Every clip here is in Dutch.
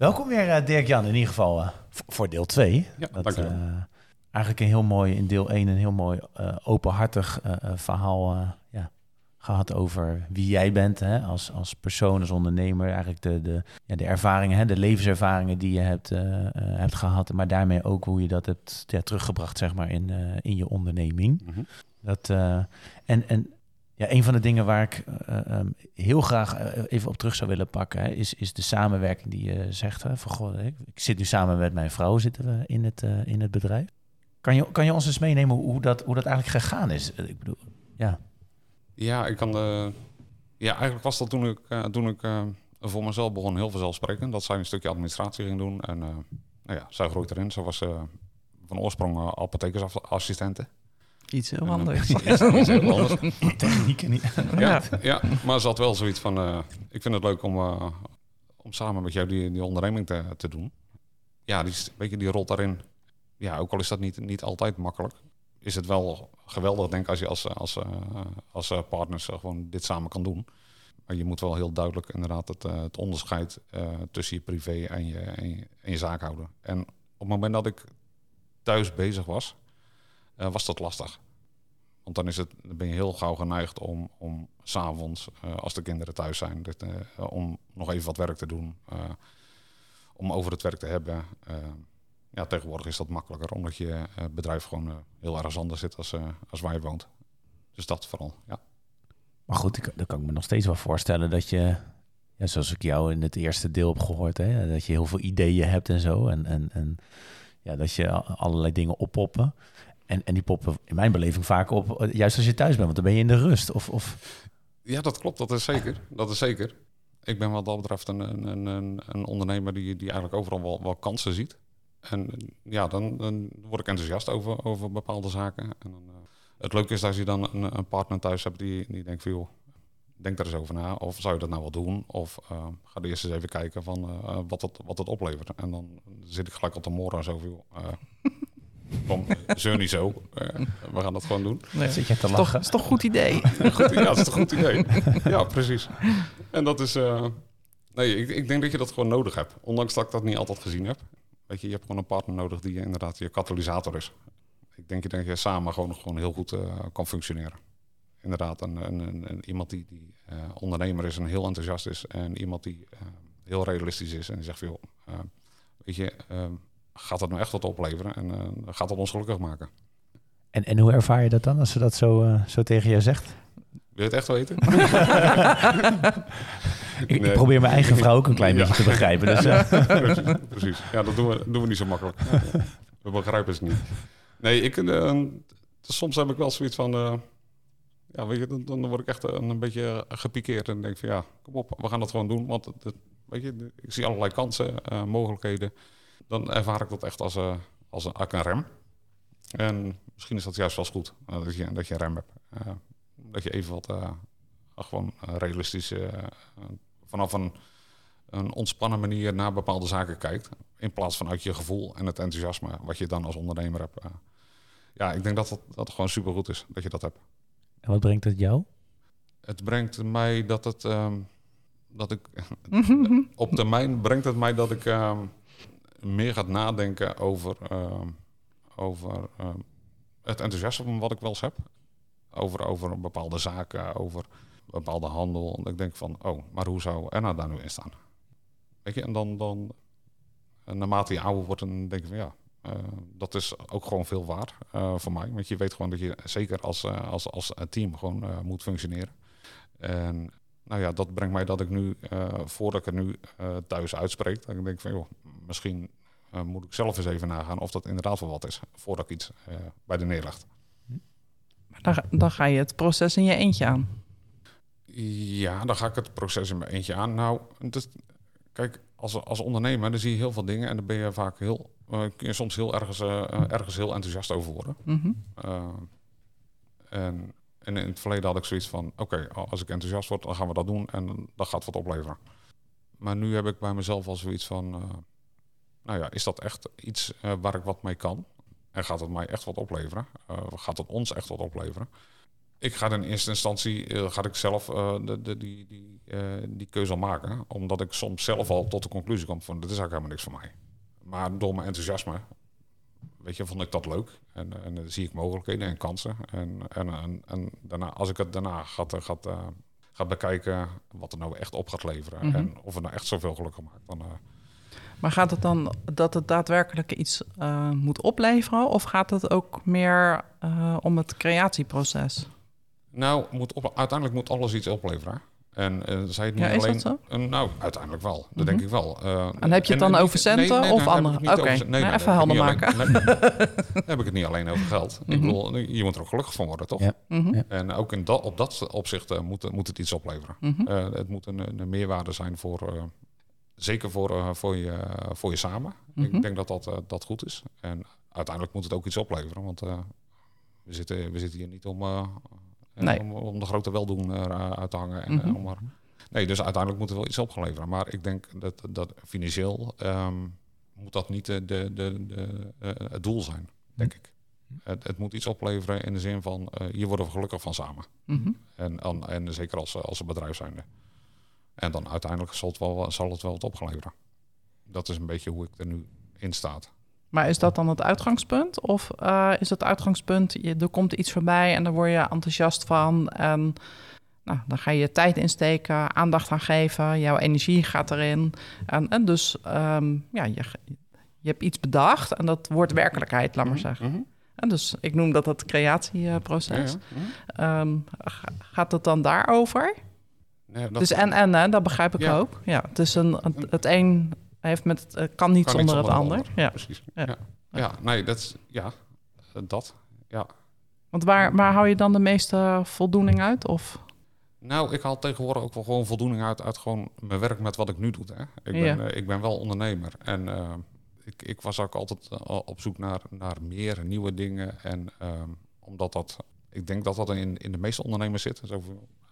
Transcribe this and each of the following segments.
Welkom weer, Dirk-Jan, in ieder geval voor deel 2. Ja, dankjewel. Eigenlijk een heel mooi, in deel 1 een heel mooi openhartig verhaal gehad over wie jij bent, hè, als persoon, als ondernemer. Eigenlijk de ervaringen, hè, de levenservaringen die je hebt gehad, maar daarmee ook hoe je dat hebt teruggebracht, zeg maar, in je onderneming. Mm-hmm. Een van de dingen waar ik heel graag even op terug zou willen pakken, hè, is de samenwerking die je zegt. Hè, van, goh, ik zit nu samen met mijn vrouw, zitten we in het bedrijf. Kan je ons eens meenemen hoe dat eigenlijk gegaan is? Ik bedoel, ja. Ja, eigenlijk was dat toen ik voor mezelf begon heel vanzelfsprekend. Dat zij een stukje administratie ging doen. En zij groeit erin. Ze was van oorsprong apothekersassistente. Iets heel anders. Iets heel anders. Techniek niet. Ja, maar ze had wel zoiets van... ik vind het leuk om samen met jou die onderneming te doen. Ja, die rolt daarin. Ja, ook al is dat niet altijd makkelijk, is het wel geweldig, denk ik, als je als partners gewoon dit samen kan doen. Maar je moet wel heel duidelijk inderdaad het onderscheid tussen je privé en je zaak houden. En op het moment dat ik thuis bezig was, was dat lastig. Want dan ben je heel gauw geneigd om 's avonds, als de kinderen thuis zijn, om nog even wat werk te doen. Om over het werk te hebben. Tegenwoordig is dat makkelijker, omdat je bedrijf gewoon heel erg anders zit als waar je woont. Dus dat vooral, ja. Maar goed, dan kan ik me nog steeds wel voorstellen dat je, ja, zoals ik jou in het eerste deel heb gehoord, hè, dat je heel veel ideeën hebt en zo. En dat je allerlei dingen oppoppen. En die poppen in mijn beleving vaak op, juist als je thuis bent, want dan ben je in de rust. Of... Ja, dat klopt, dat is zeker. Ik ben wat dat betreft een ondernemer die eigenlijk overal wel kansen ziet. En ja, dan word ik enthousiast over bepaalde zaken. En dan, het leuke is dat je dan een partner thuis hebt die denkt van, joh, denk er eens over na. Of zou je dat nou wel doen? Of ga eerst eens even kijken van wat het oplevert. En dan zit ik gelijk op de morgen en zo van, joh, kom, zeur niet zo. We gaan dat gewoon doen. Nee. Zit je te lachen? Is toch een goed idee? Ja, dat is een goed idee. Ja, precies. En dat is... ik denk dat je dat gewoon nodig hebt. Ondanks dat ik dat niet altijd gezien heb. Weet je hebt gewoon een partner nodig die inderdaad je katalysator is. Ik denk dat je samen gewoon heel goed kan functioneren. Inderdaad, iemand die ondernemer is en heel enthousiast is. En iemand die heel realistisch is en die zegt van, gaat dat nou echt wat opleveren? En gaat dat ons gelukkig maken? En hoe ervaar je dat dan, als ze dat zo tegen je zegt? Wil je het echt weten? Ik probeer mijn eigen vrouw ook een klein beetje te begrijpen. Dus, precies. Ja, dat doen we niet zo makkelijk. We begrijpen het niet. Nee, soms heb ik wel zoiets van... dan word ik echt een beetje gepikeerd. En denk van, ja, kom op, we gaan dat gewoon doen. Want ik zie allerlei kansen, mogelijkheden. Dan ervaar ik dat echt als een rem. En misschien is dat juist wel eens goed, dat je een rem hebt. Dat je even wat gewoon realistisch vanaf een ontspannen manier naar bepaalde zaken kijkt. In plaats van uit je gevoel en het enthousiasme wat je dan als ondernemer hebt. Ik denk dat gewoon supergoed is dat je dat hebt. En wat brengt het jou? Het brengt mij op termijn brengt het mij dat ik meer ga nadenken over het enthousiasme wat ik wel eens heb. Over bepaalde zaken, over bepaalde handel. En ik denk van, maar hoe zou Erna daar nu in staan? Weet je, en dan naarmate je ouder wordt, dan denk ik van, ja, dat is ook gewoon veel waard voor mij. Want je weet gewoon dat je zeker als team gewoon moet functioneren. En dat brengt mij dat ik nu, voordat ik het nu thuis uitspreek, dat ik denk van, joh, misschien moet ik zelf eens even nagaan of dat inderdaad wel wat is, voordat ik iets bij de neerlegt. Dan ga je het proces in je eentje aan. Ja, dan ga ik het proces in mijn eentje aan. Nou, kijk, als ondernemer dan zie je heel veel dingen en dan ben je vaak kun je soms heel ergens heel enthousiast over worden. Mm-hmm. En in het verleden had ik zoiets van, oké, als ik enthousiast word, dan gaan we dat doen en dat gaat wat opleveren. Maar nu heb ik bij mezelf al zoiets van, is dat echt iets waar ik wat mee kan? En gaat het mij echt wat opleveren? Gaat het ons echt wat opleveren? Ik ga in eerste instantie ga ik zelf die keuze al maken. Omdat ik soms zelf al tot de conclusie kom van dit is eigenlijk helemaal niks voor mij. Maar door mijn enthousiasme, vond ik dat leuk. En dan zie ik mogelijkheden en kansen. En daarna, als ik het daarna ga bekijken wat er nou echt op gaat leveren. En of het nou echt zoveel gelukkig maakt. Dan, maar gaat het dan dat het daadwerkelijk iets moet opleveren? Of gaat het ook meer om het creatieproces? Nou, uiteindelijk moet alles iets opleveren. En zei het niet is alleen. Dat zo? Nou, uiteindelijk wel. Dat denk ik wel. En heb je het dan over centen of andere? Oké, even helder maken. Daar heb ik het niet alleen over geld. Ik bedoel, je moet er ook gelukkig van worden, toch? Ja. En ook op dat opzicht moet het iets opleveren. Het moet een meerwaarde zijn zeker voor je samen. Ik denk dat goed is. En uiteindelijk moet het ook iets opleveren. Want we zitten hier niet om de grote weldoen uit te hangen. Dus uiteindelijk moet er wel iets op gaan leveren. Maar ik denk dat financieel moet dat niet het doel zijn, denk ik. Het moet iets opleveren in de zin van hier worden we gelukkig van samen. En zeker als een bedrijf zijnde. En dan uiteindelijk zal het wel wat opgeleveren. Dat is een beetje hoe ik er nu in sta. Maar is dat dan het uitgangspunt? Of is het uitgangspunt, er komt iets voorbij en daar word je enthousiast van. En dan ga je tijd insteken, aandacht aan geven. Jouw energie gaat erin. En dus je hebt iets bedacht en dat wordt werkelijkheid, laat maar zeggen. En dus ik noem dat het creatieproces. Gaat het dan daarover? Nee, dus dat begrijp ik ook. Ja, dus het een kan niet zonder het ander. Ja, precies. Ja, nee, dat is dat. Ja. Want waar hou je dan de meeste voldoening uit? Of? Nou, ik haal tegenwoordig ook wel gewoon voldoening uit gewoon mijn werk met wat ik nu doe. Hè. Ik ben wel ondernemer en ik was ook altijd op zoek naar meer nieuwe dingen. En omdat ik denk dat in de meeste ondernemers zit. Zo,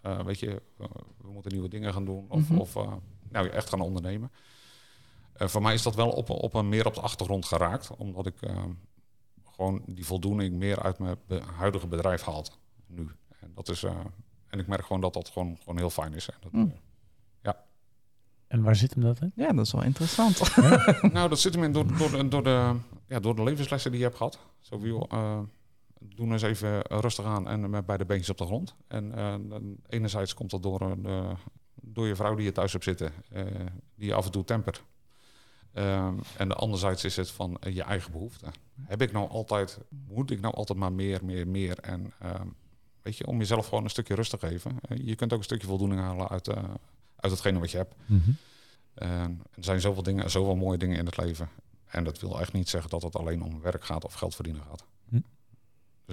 we moeten nieuwe dingen gaan doen of echt gaan ondernemen. Voor mij is dat wel meer op de achtergrond geraakt, omdat ik gewoon die voldoening meer uit mijn huidige bedrijf haalt nu. En dat is en ik merk gewoon dat gewoon heel fijn is. En waar zit hem dat in? Ja, dat is wel interessant. Ja? Nou, dat zit hem in door de levenslessen die je hebt gehad. Zo doen eens even rustig aan en met beide beentjes op de grond. En enerzijds komt dat door je vrouw die je thuis hebt zitten, die je af en toe tempert. En anderzijds is het van je eigen behoefte. Moet ik nou altijd maar meer? En om jezelf gewoon een stukje rust te geven. Je kunt ook een stukje voldoening halen uit hetgene wat je hebt. Er zijn zoveel dingen, zoveel mooie dingen in het leven. En dat wil echt niet zeggen dat het alleen om werk gaat of geld verdienen gaat. Dus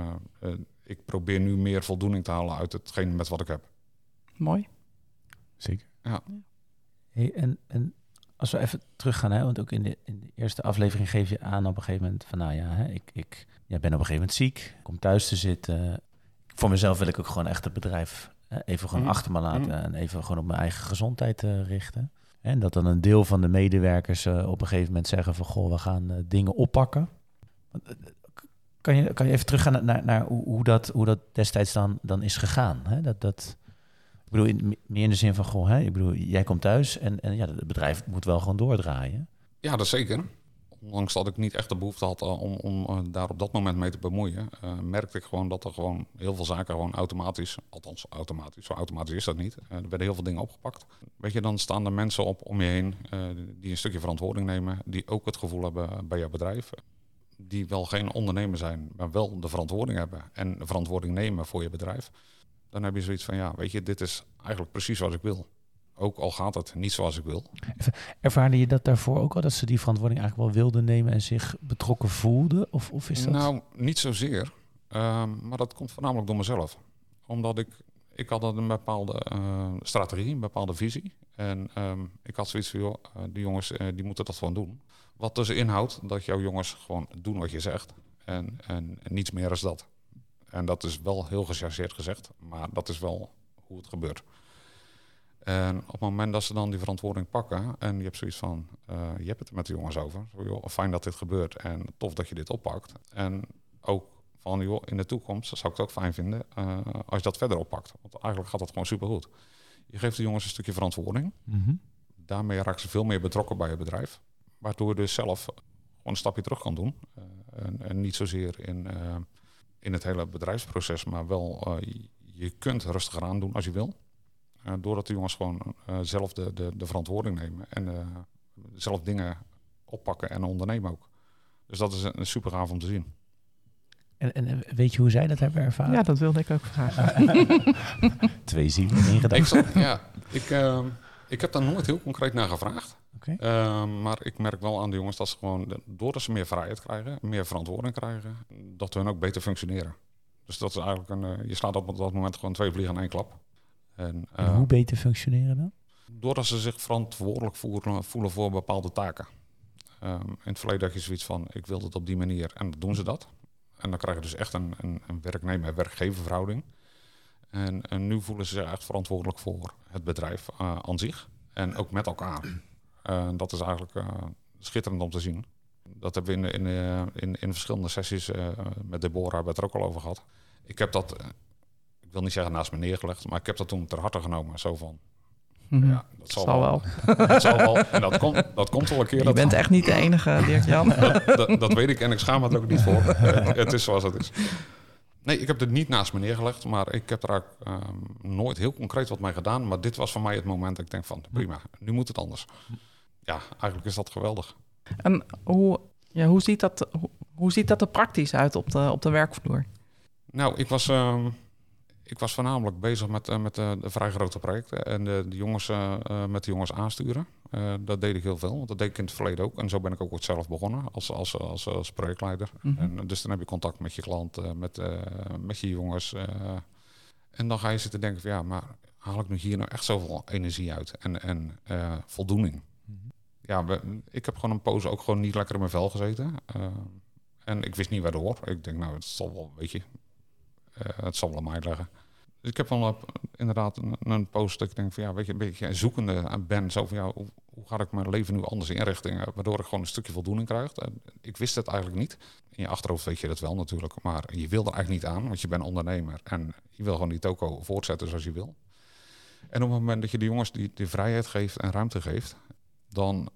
ik probeer nu meer voldoening te halen uit hetgene met wat ik heb. Mooi. Zeker. Ja. Hey, en als we even teruggaan, want ook in de eerste aflevering geef je aan op een gegeven moment van ik ben op een gegeven moment ziek, kom thuis te zitten. Voor mezelf wil ik ook gewoon echt het bedrijf even gewoon achter me laten en even gewoon op mijn eigen gezondheid richten. En dat dan een deel van de medewerkers op een gegeven moment zeggen van goh, we gaan dingen oppakken. Kan je even teruggaan naar hoe dat destijds dan is gegaan? Hè? Ik bedoel, meer in de zin van, jij komt thuis en het bedrijf moet wel gewoon doordraaien. Ja, dat zeker. Ondanks dat ik niet echt de behoefte had om daar op dat moment mee te bemoeien, merkte ik gewoon dat er gewoon heel veel zaken gewoon automatisch, zo automatisch is dat niet. Er werden heel veel dingen opgepakt. Dan staan er mensen om je heen die een stukje verantwoording nemen, die ook het gevoel hebben bij jouw bedrijf, die wel geen ondernemer zijn, maar wel de verantwoording hebben en de verantwoording nemen voor je bedrijf. Dan heb je zoiets van, dit is eigenlijk precies wat ik wil. Ook al gaat het niet zoals ik wil. Ervaarde je dat daarvoor ook al, dat ze die verantwoording eigenlijk wel wilden nemen en zich betrokken voelden? Of is dat? Nou, niet zozeer. Maar dat komt voornamelijk door mezelf. Omdat ik had een bepaalde strategie, een bepaalde visie. En ik had zoiets van, die jongens die moeten dat gewoon doen. Wat dus inhoudt dat jouw jongens gewoon doen wat je zegt. En niets meer is dat. En dat is wel heel gechargeerd gezegd, maar dat is wel hoe het gebeurt. En op het moment dat ze dan die verantwoording pakken en je hebt zoiets van, je hebt het er met de jongens over. Zo, fijn dat dit gebeurt en tof dat je dit oppakt. En ook van, joh, in de toekomst zou ik het ook fijn vinden als je dat verder oppakt. Want eigenlijk gaat dat gewoon supergoed. Je geeft de jongens een stukje verantwoording. Mm-hmm. Daarmee raken ze veel meer betrokken bij je bedrijf. Waardoor je dus zelf gewoon een stapje terug kan doen. En niet zozeer in het hele bedrijfsproces, maar wel je kunt rustiger aan doen als je wil. Doordat de jongens gewoon zelf de verantwoording nemen en zelf dingen oppakken en ondernemen ook. Dus dat is een super gaaf om te zien. En weet je hoe zij dat hebben ervaren? Ja, dat wilde ik ook vragen. 2 zielen, 1 gedachte. Ik heb daar nooit heel concreet naar gevraagd. Okay. Maar ik merk wel aan de jongens dat ze gewoon, doordat ze meer vrijheid krijgen, meer verantwoording krijgen, dat hun ook beter functioneren. Dus dat is eigenlijk je slaat op dat moment gewoon 2 vliegen in 1 klap. En hoe beter functioneren dan? Doordat ze zich verantwoordelijk voelen voor bepaalde taken. In het verleden had je zoiets van, ik wil het op die manier en dan doen ze dat. En dan krijg je dus echt een werknemer-werkgeververhouding. En nu voelen ze zich echt verantwoordelijk voor het bedrijf aan zich en ook met elkaar. Dat is eigenlijk schitterend om te zien. Dat hebben we in verschillende sessies met Deborah hebben we het er ook al over gehad. Ik heb dat, ik wil niet zeggen naast me neergelegd, maar ik heb dat toen ter harte genomen. Zo van, ja, dat zal wel. Dat zal wel. En dat komt wel een keer. Je bent echt niet de enige, Dirk-Jan. Dat weet ik en ik schaam me er ook niet voor. Het is zoals het is. Nee, ik heb het niet naast me neergelegd, maar ik heb er eigenlijk nooit heel concreet wat mee gedaan. Maar dit was voor mij het moment dat ik denk van, prima, nu moet het anders. Ja, eigenlijk is dat geweldig. En hoe ziet dat er praktisch uit op de werkvloer? Nou, ik was voornamelijk bezig met de vrij grote projecten en de jongens, met de jongens aansturen. Dat deed ik heel veel, want dat deed ik in het verleden ook. En zo ben ik ook ooit zelf begonnen als projectleider. Mm-hmm. En dus dan heb je contact met je klant, met je jongens. En dan ga je zitten denken van ja, maar haal ik nu hier nou echt zoveel energie uit en voldoening? Mm-hmm. Ja, ik heb gewoon een poos ook gewoon niet lekker in mijn vel gezeten. En ik wist niet waardoor. Ik denk nou, het zal wel, weet je... het zal wel aan mij leggen. Dus ik heb wel inderdaad een post dat ik denk van ja, weet je, een beetje zoekende ben. Zo van ja, hoe ga ik mijn leven nu anders inrichten, waardoor ik gewoon een stukje voldoening krijg. Ik wist het eigenlijk niet. In je achterhoofd weet je dat wel natuurlijk, maar je wil er eigenlijk niet aan, want je bent ondernemer en je wil gewoon die toko voortzetten zoals je wil. En op het moment dat je de jongens die vrijheid geeft en ruimte geeft, dan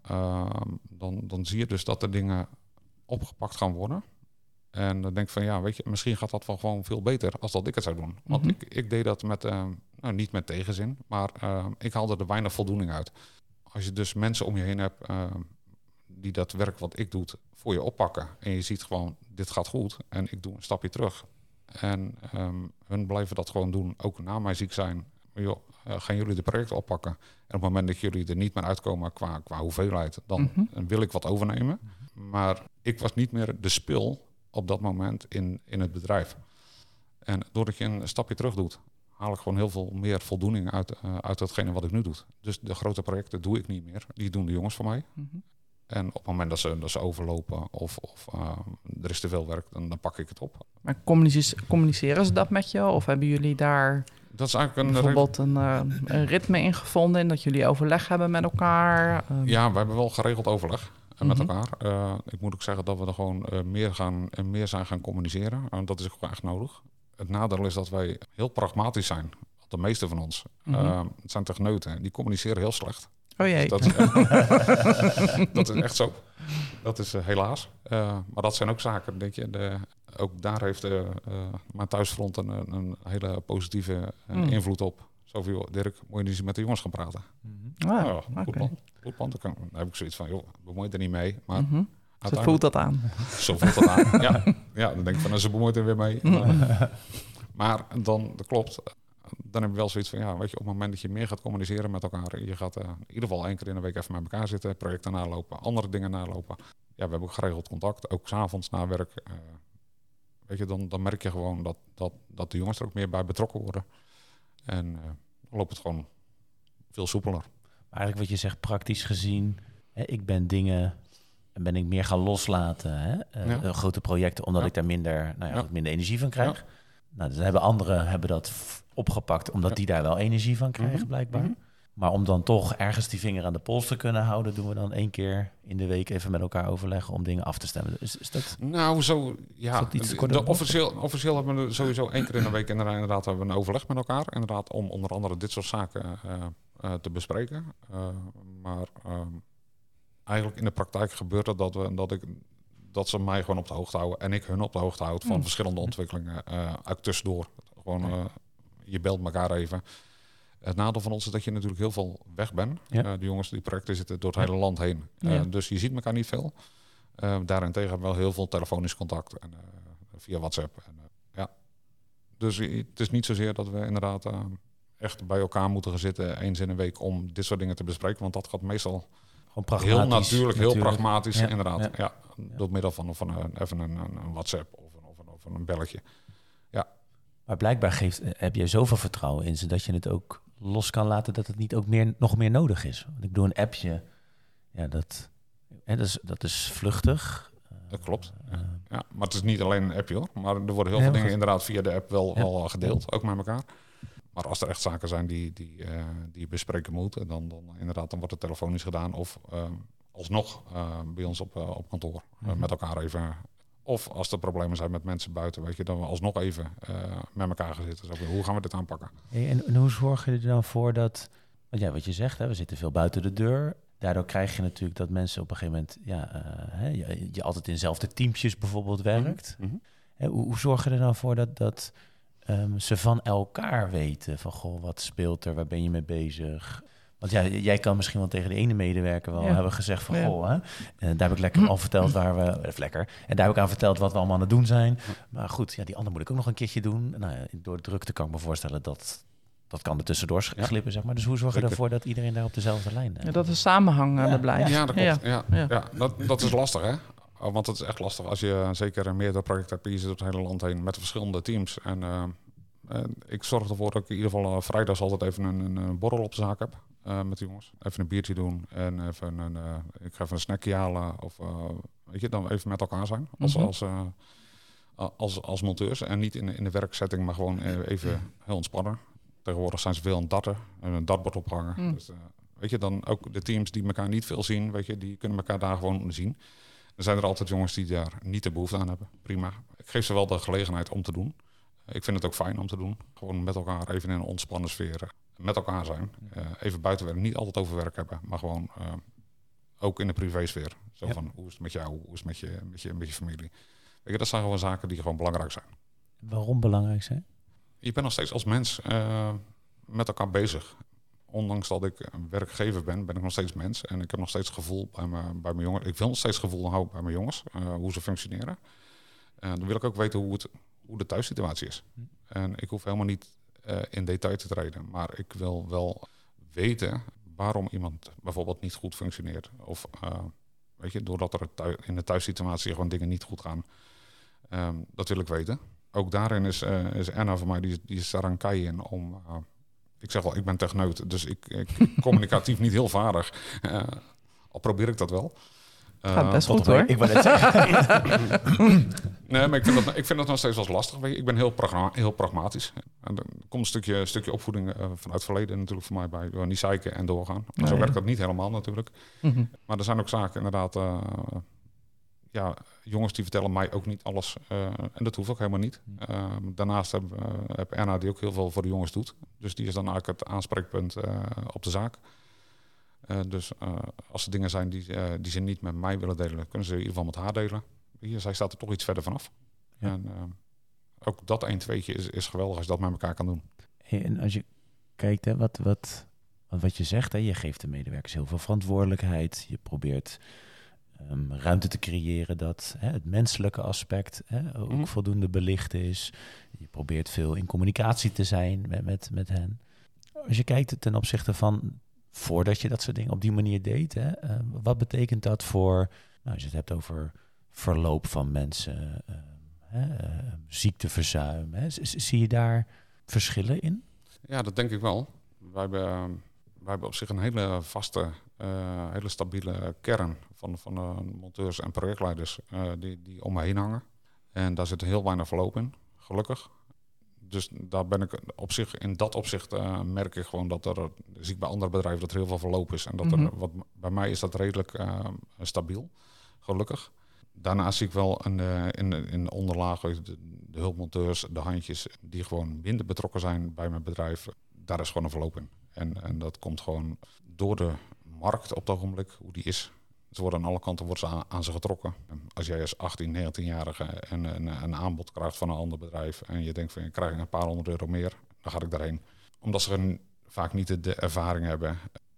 zie je dus dat de dingen opgepakt gaan worden. En dan denk ik van ja, weet je, misschien gaat dat wel gewoon veel beter als dat ik het zou doen. Want ik deed dat met, niet met tegenzin, maar ik haalde er weinig voldoening uit. Als je dus mensen om je heen hebt die dat werk wat ik doe voor je oppakken. En je ziet gewoon, dit gaat goed en ik doe een stapje terug. En hun blijven dat gewoon doen, ook na mijn ziek zijn. Maar joh, gaan jullie de projecten oppakken? En op het moment dat jullie er niet meer uitkomen qua hoeveelheid, dan wil ik wat overnemen. Maar ik was niet meer de spil op dat moment in het bedrijf. En doordat je een stapje terug doet, haal ik gewoon heel veel meer voldoening uit datgene wat ik nu doe. Dus de grote projecten doe ik niet meer. Die doen de jongens voor mij. Mm-hmm. En op het moment dat ze overlopen of er is te veel werk, dan pak ik het op. Maar communiceren ze dat met je? Of hebben jullie daar dat is eigenlijk bijvoorbeeld een ritme in gevonden? In dat jullie overleg hebben met elkaar? Ja, we hebben wel geregeld overleg met elkaar. Ik moet ook zeggen dat we er gewoon meer zijn gaan communiceren. Dat is ook echt nodig. Het nadeel is dat wij heel pragmatisch zijn. De meeste van ons. Het zijn techneuten. Die communiceren heel slecht. Oh jee. Dus dat is echt zo. Dat is helaas. Maar dat zijn ook zaken, denk je. Ook daar heeft mijn thuisfront een hele positieve invloed op. Zo van, joh, Dirk, moet je niet eens met de jongens gaan praten. Goed plan. Dan heb ik zoiets van, joh, bemoei er niet mee. Maar zo voelt dat aan. Zo voelt dat aan, ja. Dan denk ik van, ze bemoeit er weer mee. Maar dan, dat klopt. Dan heb je wel zoiets van, ja, weet je, op het moment dat je meer gaat communiceren met elkaar, je gaat in ieder geval 1 keer in de week even met elkaar zitten, projecten nalopen, andere dingen nalopen. Ja, we hebben ook geregeld contact, ook 's avonds na werk. Weet je, dan merk je gewoon dat de jongens er ook meer bij betrokken worden. En dan loopt het gewoon veel soepeler. Maar eigenlijk wat je zegt, praktisch gezien, ik ben dingen ben ik meer gaan loslaten. Grote projecten, omdat ik daar minder energie van krijg. Ja. Nou, dus anderen hebben dat opgepakt, omdat die daar wel energie van krijgen, blijkbaar. Maar om dan toch ergens die vinger aan de pols te kunnen houden, doen we dan 1 keer in de week even met elkaar overleggen om dingen af te stemmen. Is dat... Nou, zo, ja. Officieel hebben we sowieso 1 keer in de week inderdaad hebben we een overleg met elkaar. Inderdaad, om onder andere dit soort zaken te bespreken. Maar eigenlijk in de praktijk gebeurt het dat ze mij gewoon op de hoogte houden en ik hun op de hoogte houd van verschillende ontwikkelingen. Ook tussendoor. Gewoon, je belt elkaar even. Het nadeel van ons is dat je natuurlijk heel veel weg bent. Ja. De jongens die projecten zitten door het hele land heen. Dus je ziet elkaar niet veel. Daarentegen hebben we wel heel veel telefonisch contact en via WhatsApp. Dus het is niet zozeer dat we inderdaad echt bij elkaar moeten gaan zitten eens in een week om dit soort dingen te bespreken. Want dat gaat meestal heel natuurlijk, heel pragmatisch inderdaad. Ja. Door middel van even een WhatsApp of een belletje. Ja. Maar blijkbaar heb je zoveel vertrouwen in ze dat je het ook los kan laten dat het niet ook nog meer nodig is. Want ik doe een appje, dat is vluchtig. Dat klopt. Ja, maar het is niet alleen een appje hoor. Maar er worden heel veel dingen inderdaad via de app wel gedeeld, ook met elkaar. Maar als er echt zaken zijn die bespreken moeten, dan wordt het telefonisch gedaan of alsnog bij ons op kantoor met elkaar even. Of als er problemen zijn met mensen buiten, weet je, dan we alsnog even met elkaar gaan zitten. Zo, hoe gaan we dit aanpakken? En hoe zorg je er dan voor dat, wat je zegt, we zitten veel buiten de deur. Daardoor krijg je natuurlijk dat mensen op een gegeven moment, je altijd in dezelfde teampjes bijvoorbeeld werkt. Mm-hmm. Hoe zorg je er dan voor dat ze van elkaar weten van, goh, wat speelt er, waar ben je mee bezig? Want jij kan misschien wel tegen de ene medewerker wel hebben gezegd van, goh, daar heb ik lekker al verteld en daar heb ik aan verteld wat we allemaal aan het doen zijn. Maar goed, die andere moet ik ook nog een keertje doen. Nou, door de drukte kan ik me voorstellen dat kan er tussendoor glippen, zeg maar. Dus hoe zorg je ervoor dat iedereen daar op dezelfde lijn is? Dat de samenhang er blijft. Ja, dat klopt. Ja, dat is lastig, hè? Want het is echt lastig als je zeker meerdere projecten hebt, je zit door het hele land heen met verschillende teams. En ik zorg ervoor dat ik in ieder geval vrijdags altijd even een borrel op de zaak heb met de jongens. Even een biertje doen en even ik ga even een snackje halen of weet je, dan even met elkaar zijn als monteurs. En niet in de werksetting, maar gewoon even heel ontspannen. Tegenwoordig zijn ze veel aan het darten en een dartbord ophangen. Dus, weet je, dan ook de teams die elkaar niet veel zien, weet je, die kunnen elkaar daar gewoon zien. Er zijn er altijd jongens die daar niet de behoefte aan hebben. Prima. Ik geef ze wel de gelegenheid om te doen. Ik vind het ook fijn om te doen. Gewoon met elkaar even in een ontspannen sfeer met elkaar zijn. Even buiten werken. Niet altijd over werk hebben, maar gewoon ook in de privésfeer. Zo van, hoe is het met jou? Hoe is het met je familie? Weet je, dat zijn gewoon zaken die gewoon belangrijk zijn. Waarom belangrijk zijn? Je bent nog steeds als mens met elkaar bezig. Ondanks dat ik werkgever ben ik nog steeds mens. En ik heb nog steeds gevoel bij mijn jongens. Ik wil nog steeds gevoel houden bij mijn jongens. Hoe ze functioneren. Dan wil ik ook weten hoe de thuissituatie is. En ik hoef helemaal niet in detail te treden. Maar ik wil wel weten waarom iemand bijvoorbeeld niet goed functioneert. Of weet je, doordat er in de thuissituatie gewoon dingen niet goed gaan. Dat wil ik weten. Ook daarin is Anna voor mij, die is daar een kei in om... ik zeg wel, ik ben techneut, dus ik communicatief niet heel vaardig. Al probeer ik dat wel. Gaat best goed hoor. Ik wou net zeggen. Nee, maar ik vind dat nog steeds wel lastig. Weet je, ik ben heel pragmatisch. En er komt een stukje opvoeding vanuit het verleden natuurlijk voor mij bij. Niet zeiken en doorgaan. Maar zo werkt dat niet helemaal natuurlijk. Mm-hmm. Maar er zijn ook zaken inderdaad... jongens die vertellen mij ook niet alles. En dat hoeft ook helemaal niet. Daarnaast heb Anna die ook heel veel voor de jongens doet. Dus die is dan eigenlijk het aanspreekpunt op de zaak. Dus als er dingen zijn die ze niet met mij willen delen, kunnen ze in ieder geval met haar delen. Zij staat er toch iets verder vanaf. Ja. En ook dat 1-2'tje is geweldig als je dat met elkaar kan doen. Hey, en als je kijkt, hè, wat je zegt, hè, je geeft de medewerkers heel veel verantwoordelijkheid. Je probeert ruimte te creëren dat het menselijke aspect ook voldoende belicht is. Je probeert veel in communicatie te zijn met hen. Als je kijkt ten opzichte van voordat je dat soort dingen op die manier deed, wat betekent dat voor, als je het hebt over verloop van mensen, ziekteverzuim, zie je daar verschillen in? Ja, dat denk ik wel. Wij hebben op zich een hele vaste, hele stabiele kern van monteurs en projectleiders die om me heen hangen. En daar zit heel weinig verloop in, gelukkig. Dus daar ben ik op zich, in dat opzicht merk ik gewoon dat zie ik bij andere bedrijven dat er heel veel verloop is. En dat bij mij is dat redelijk stabiel, gelukkig. Daarnaast zie ik wel in de onderlaag de hulpmonteurs, de handjes die gewoon minder betrokken zijn bij mijn bedrijf. Daar is gewoon een verloop in. En dat komt gewoon door de markt op het ogenblik, hoe die is. Ze worden aan alle kanten aan ze getrokken. Als jij als 18, 19-jarige een aanbod krijgt van een ander bedrijf en je denkt van je krijgt een paar €100 meer, dan ga ik daarheen. Omdat ze vaak niet de ervaring hebben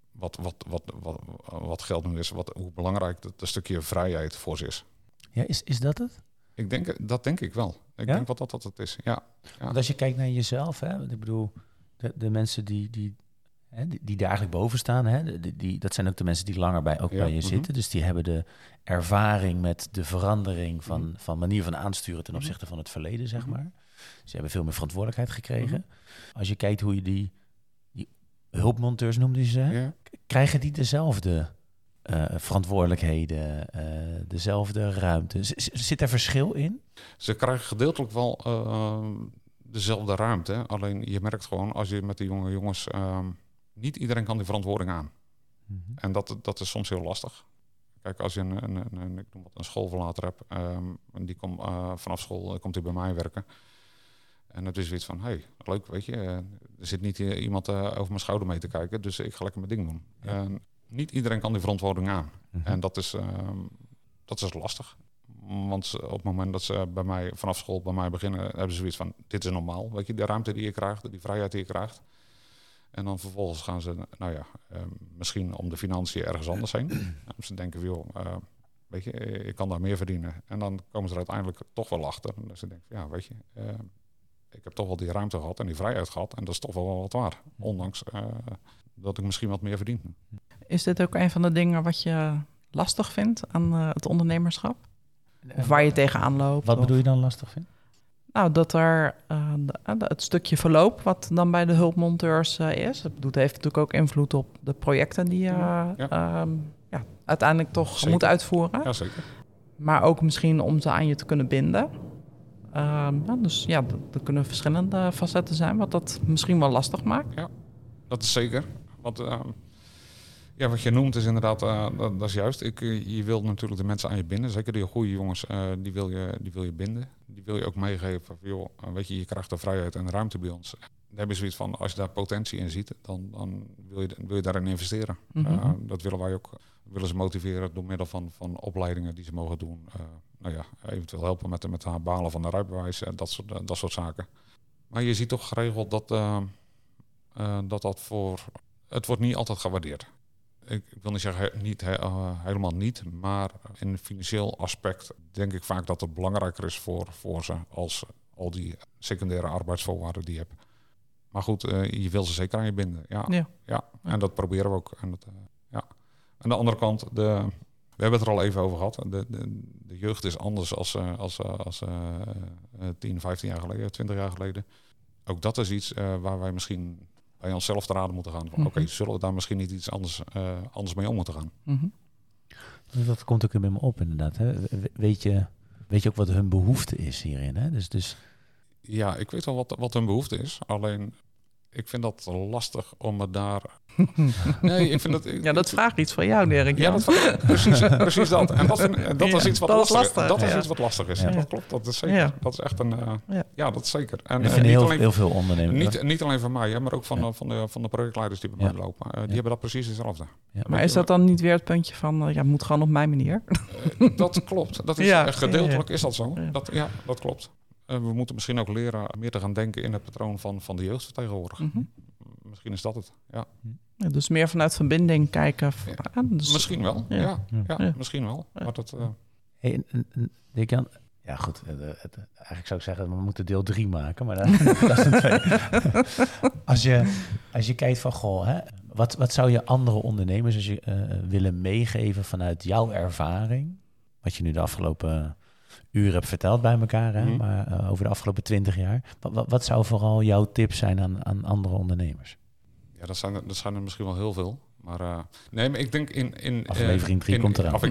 wat geld nu is, hoe belangrijk dat een stukje vrijheid voor ze is. Ja, is dat het? Dat denk ik wel. Ik denk wel dat het is, ja. Want als je kijkt naar jezelf, hè, ik bedoel, de mensen die daar eigenlijk boven staan, hè, dat zijn ook de mensen die langer bij je zitten. Dus die hebben de ervaring met de verandering van manier van aansturen ten opzichte van het verleden, zeg maar. Ze hebben veel meer verantwoordelijkheid gekregen. Als je kijkt hoe je die hulpmonteurs noemden ze, krijgen die dezelfde verantwoordelijkheden, dezelfde ruimte? Zit er verschil in? Ze krijgen gedeeltelijk wel dezelfde ruimte. Alleen je merkt gewoon, als je met de jonge jongens... niet iedereen kan die verantwoording aan. En dat is soms heel lastig. Kijk, als je een schoolverlater hebt... en die komt vanaf school komt hij bij mij werken... En het is zoiets van, hey, leuk, weet je. Er zit niet iemand over mijn schouder mee te kijken... dus ik ga lekker mijn ding doen. Ja. Niet iedereen kan die verantwoording aan. En dat is lastig. Want op het moment dat ze vanaf school bij mij beginnen... hebben ze zoiets van, dit is normaal. Weet je, de ruimte die je krijgt, die vrijheid die je krijgt... En dan vervolgens gaan ze, misschien om de financiën ergens anders heen. Ze denken, joh, weet je, ik kan daar meer verdienen. En dan komen ze er uiteindelijk toch wel achter. En ze denken, ja, weet je, ik heb toch wel die ruimte gehad en die vrijheid gehad. En dat is toch wel wat waar. Ondanks dat ik misschien wat meer verdien. Is dit ook een van de dingen wat je lastig vindt aan het ondernemerschap? Of waar je tegenaan loopt? Wat bedoel je dan lastig vindt? Nou, dat er het stukje verloop wat dan bij de hulpmonteurs is. Het heeft natuurlijk ook invloed op de projecten die je uiteindelijk toch moet uitvoeren. Ja, zeker. Maar ook misschien om ze aan je te kunnen binden. Dus ja, er kunnen verschillende facetten zijn wat dat misschien wel lastig maakt. Ja, dat is zeker. Wat je noemt is inderdaad, dat is juist. Je wilt natuurlijk de mensen aan je binden. Zeker die goede jongens, die wil je binden. Die wil je ook meegeven. Joh, weet je krijgt de vrijheid en de ruimte bij ons. Dan heb je zoiets van, als je daar potentie in ziet, dan wil je daarin investeren. Dat willen wij ook. We willen ze motiveren door middel van opleidingen die ze mogen doen. Eventueel helpen met het behalen van de rijbewijs. Dat soort zaken. Maar je ziet toch geregeld dat het wordt niet altijd gewaardeerd. Ik wil niet zeggen helemaal niet, maar in een financieel aspect denk ik vaak dat het belangrijker is voor ze als al die secundaire arbeidsvoorwaarden die je hebt. Maar goed, je wil ze zeker aan je binden. Ja. En dat proberen we ook. Aan de andere kant, we hebben het er al even over gehad. De jeugd is anders als 10, 15 jaar geleden, 20 jaar geleden. Ook dat is iets waar wij misschien bij onszelf te raden moeten gaan. Oké, zullen we daar misschien niet iets anders mee om moeten gaan? Dat komt ook in me op, inderdaad. Hè? Weet je ook wat hun behoefte is hierin? Hè? Dus... Ja, ik weet wel wat hun behoefte is. Alleen, ik vind dat lastig om me daar... Nee, ik vind dat... dat vraagt iets van jou, Dirk. Ja, precies dat. En dat is iets wat lastig is. Dat is iets wat lastig is. Ja. Dat klopt, dat is zeker. Ja. Dat is echt een... dat is zeker. En ik vind heel veel ondernemers. Niet alleen van mij, maar ook van de projectleiders die bij mij lopen. Die hebben dat precies hetzelfde. Ja, maar is dat dan niet weer het puntje van... het moet gewoon op mijn manier? Dat klopt. Dat is, gedeeltelijk is dat zo. Dat klopt. We moeten misschien ook leren meer te gaan denken in het patroon van de jeugd tegenwoordig. Misschien is dat het, ja. Dus meer vanuit verbinding kijken. Dus... Misschien wel, ja, misschien wel. Ja. Maar dat... Jan, ja goed, eigenlijk zou ik zeggen, we moeten deel 3 maken, maar dat is een 2. Als je kijkt van, goh, hè, wat zou je andere ondernemers willen meegeven vanuit jouw ervaring? Wat je nu de afgelopen... uren heb verteld bij elkaar, hè? Maar over de afgelopen 20 jaar. Wat zou vooral jouw tip zijn aan andere ondernemers? Ja, dat zijn er misschien wel heel veel. Maar maar ik denk in aflevering 3 komt eraan.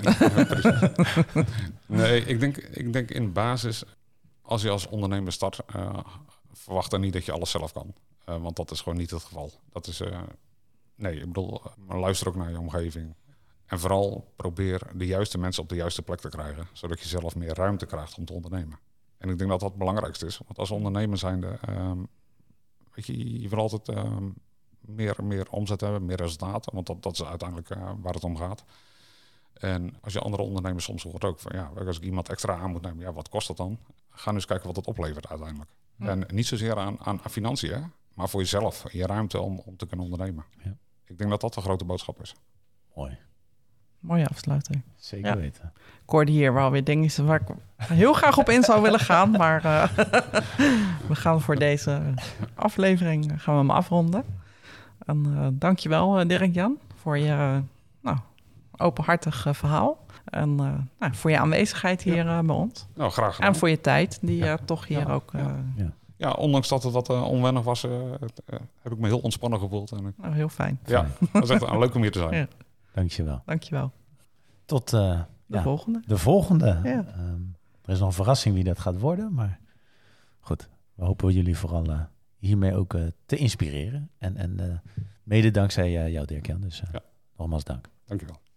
Nee, ik denk in basis, als je als ondernemer start, verwacht dan niet dat je alles zelf kan. Want dat is gewoon niet het geval. Dat is, nee, ik bedoel, maar luister ook naar je omgeving. En vooral probeer de juiste mensen op de juiste plek te krijgen. Zodat je zelf meer ruimte krijgt om te ondernemen. En ik denk dat dat het belangrijkste is. Want als ondernemer zijnde, weet je wil altijd meer omzet hebben, meer resultaten. Want dat is uiteindelijk waar het om gaat. En als je andere ondernemers soms hoort ook van ja, als ik iemand extra aan moet nemen, ja, wat kost dat dan? Ga nu eens kijken wat het oplevert uiteindelijk. Ja. En niet zozeer aan financiën, hè, maar voor jezelf, je ruimte om te kunnen ondernemen. Ja. Ik denk dat dat de grote boodschap is. Mooi. Mooie afsluiting. Zeker weten. Ik hoorde hier wel weer dingen waar ik heel graag op in zou willen gaan. Maar we gaan voor deze aflevering gaan we hem afronden. En dankjewel Dirk-Jan voor je openhartig verhaal. En voor je aanwezigheid hier bij ons. Nou, graag gedaan. En voor je tijd die toch hier ook... Ja, ondanks dat het wat onwennig was, heb ik me heel ontspannen gevoeld. En heel fijn. Ja, dat is echt leuk om hier te zijn. Ja. Dankjewel. Tot de volgende. De volgende. Ja. Er is nog een verrassing wie dat gaat worden. Maar goed, we hopen jullie vooral hiermee ook te inspireren. En mede dankzij jou, Dirk-Jan. Dus nogmaals dank. Dankjewel.